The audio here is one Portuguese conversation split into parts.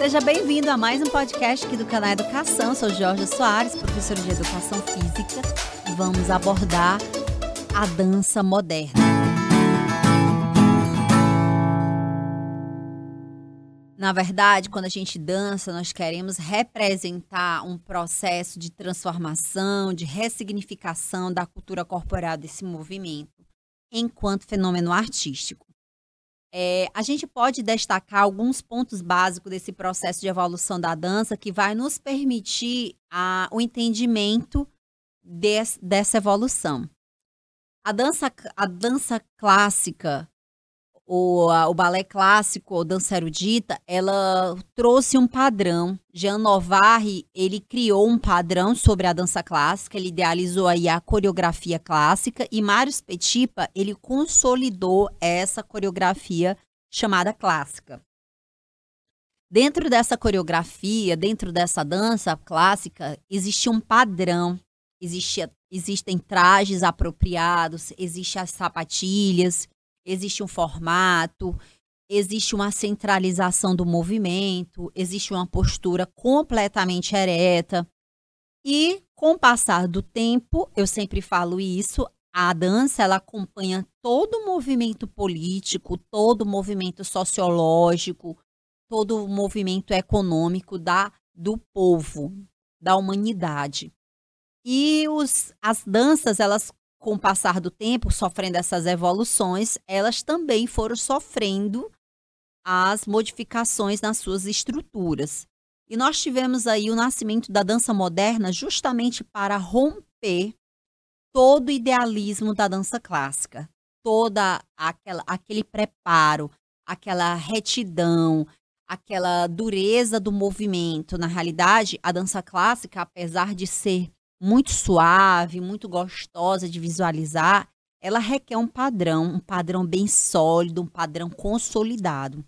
Seja bem-vindo a mais um podcast aqui do canal Educação. Eu sou Jorge Soares, professora de Educação Física, e vamos abordar a dança moderna. Na verdade, quando a gente dança, nós queremos representar um processo de transformação, de ressignificação da cultura corporal desse movimento, enquanto fenômeno artístico. A gente pode destacar alguns pontos básicos desse processo de evolução da dança que vai nos permitir o entendimento dessa evolução. A dança clássica, o balé clássico, ou dança erudita, ela trouxe um padrão. Jean Novare, ele criou um padrão sobre a dança clássica, ele idealizou aí a coreografia clássica, e Marius Petipa, ele consolidou essa coreografia chamada clássica. Dentro dessa coreografia, dentro dessa dança clássica, existia um padrão, existem trajes apropriados, existem as sapatilhas, existe um formato, existe uma centralização do movimento, existe uma postura completamente ereta. E com o passar do tempo, eu sempre falo isso, a dança ela acompanha todo o movimento político, todo o movimento sociológico, todo o movimento econômico do povo, da humanidade. E as danças, elas, com o passar do tempo, sofrendo essas evoluções, elas também foram sofrendo as modificações nas suas estruturas. E nós tivemos aí o nascimento da dança moderna justamente para romper todo o idealismo da dança clássica, aquele preparo, aquela retidão, aquela dureza do movimento. Na realidade, a dança clássica, apesar de ser muito suave, muito gostosa de visualizar, ela requer um padrão bem sólido, um padrão consolidado.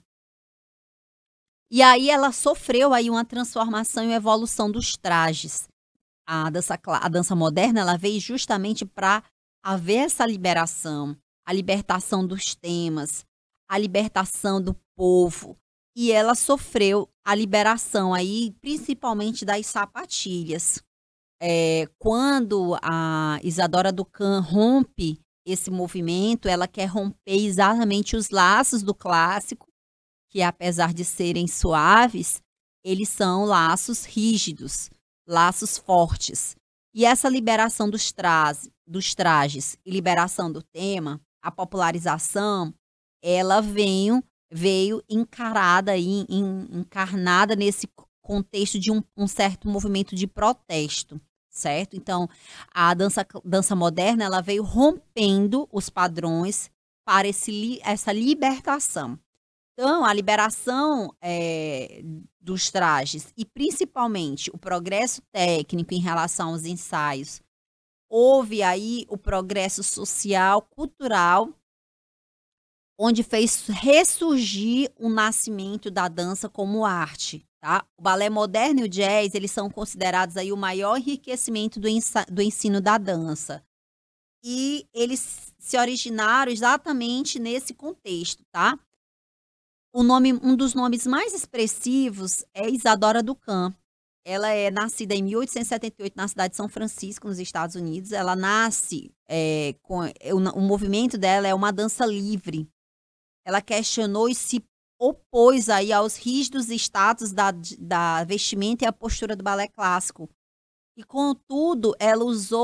E aí ela sofreu aí uma transformação e evolução dos trajes. A dança moderna, ela veio justamente para haver essa liberação, a libertação dos temas, a libertação do povo. E ela sofreu a liberação aí, principalmente das sapatilhas. Quando a Isadora Duncan rompe esse movimento, ela quer romper exatamente os laços do clássico, que apesar de serem suaves, eles são laços rígidos, laços fortes. E essa liberação dos trajes e liberação do tema, a popularização, ela veio encarada aí, encarnada nesse contexto de um certo movimento de protesto. Certo? Então, a dança moderna, ela veio rompendo os padrões para essa libertação. Então, a liberação dos trajes e, principalmente, o progresso técnico em relação aos ensaios, houve aí o progresso social, cultural, onde fez ressurgir o nascimento da dança como arte. Tá? O balé moderno e o jazz, eles são considerados aí o maior enriquecimento do ensino da dança. E eles se originaram exatamente nesse contexto, tá? Um dos nomes mais expressivos é Isadora Duncan. Ela é nascida em 1878 na cidade de São Francisco, nos Estados Unidos. Ela nasce o movimento dela é uma dança livre. Ela questionou e se opôs aí aos rígidos status da vestimenta e a postura do balé clássico. E, contudo, ela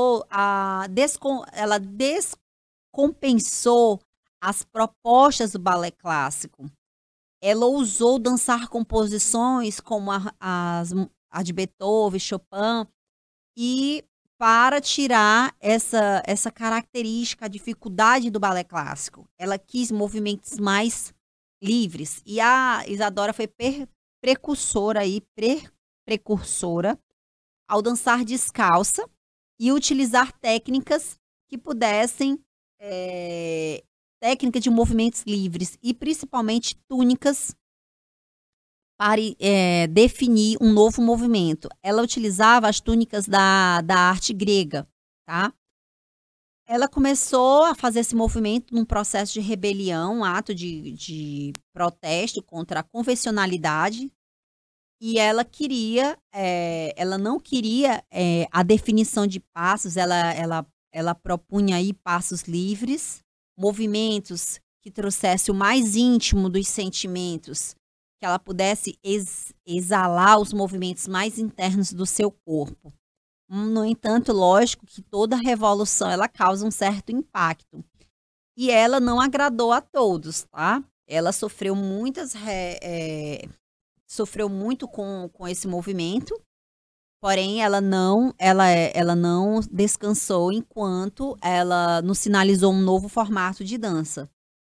ela descompensou as propostas do balé clássico. Ela ousou dançar composições como a de Beethoven, Chopin, e para tirar essa característica, a dificuldade do balé clássico. Ela quis movimentos mais livres. E a Isadora foi precursora ao dançar descalça e utilizar técnicas que pudessem, técnica de movimentos livres e principalmente túnicas para definir um novo movimento. Ela utilizava as túnicas da arte grega, tá? Ela começou a fazer esse movimento num processo de rebelião, um ato de protesto contra a convencionalidade e ela queria, ela não queria a definição de passos, ela propunha aí passos livres, movimentos que trouxesse o mais íntimo dos sentimentos, que ela pudesse exalar os movimentos mais internos do seu corpo. No entanto, lógico que toda revolução ela causa um certo impacto. E ela não agradou a todos, tá? Ela sofreu sofreu muito com esse movimento, porém ela não descansou enquanto ela não sinalizou um novo formato de dança.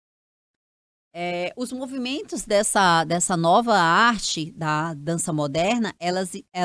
Os movimentos dessa nova arte da dança moderna, ela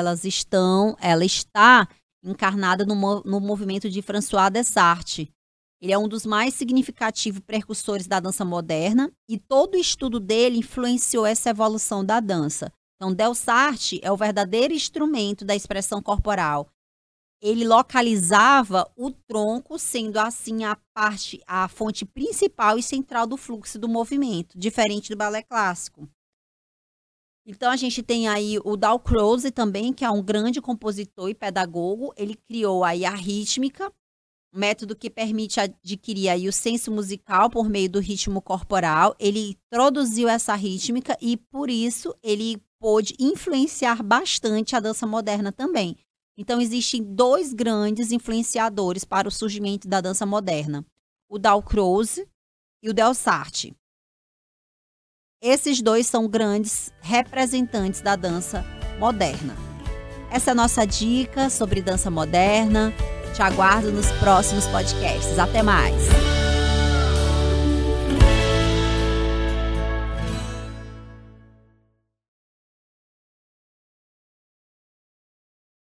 está encarnada no movimento de François Dessart. Ele é um dos mais significativos precursores da dança moderna e todo o estudo dele influenciou essa evolução da dança. Então, Dessart é o verdadeiro instrumento da expressão corporal. Ele localizava o tronco, sendo assim a fonte principal e central do fluxo do movimento, diferente do balé clássico. Então, a gente tem aí o Dalcroze também, que é um grande compositor e pedagogo. Ele criou aí a rítmica, método que permite adquirir aí o senso musical por meio do ritmo corporal. Ele introduziu essa rítmica e, por isso, ele pôde influenciar bastante a dança moderna também. Então, existem dois grandes influenciadores para o surgimento da dança moderna, o Dalcroze e o Dessart. Esses dois são grandes representantes da dança moderna. Essa é a nossa dica sobre dança moderna. Te aguardo nos próximos podcasts. Até mais!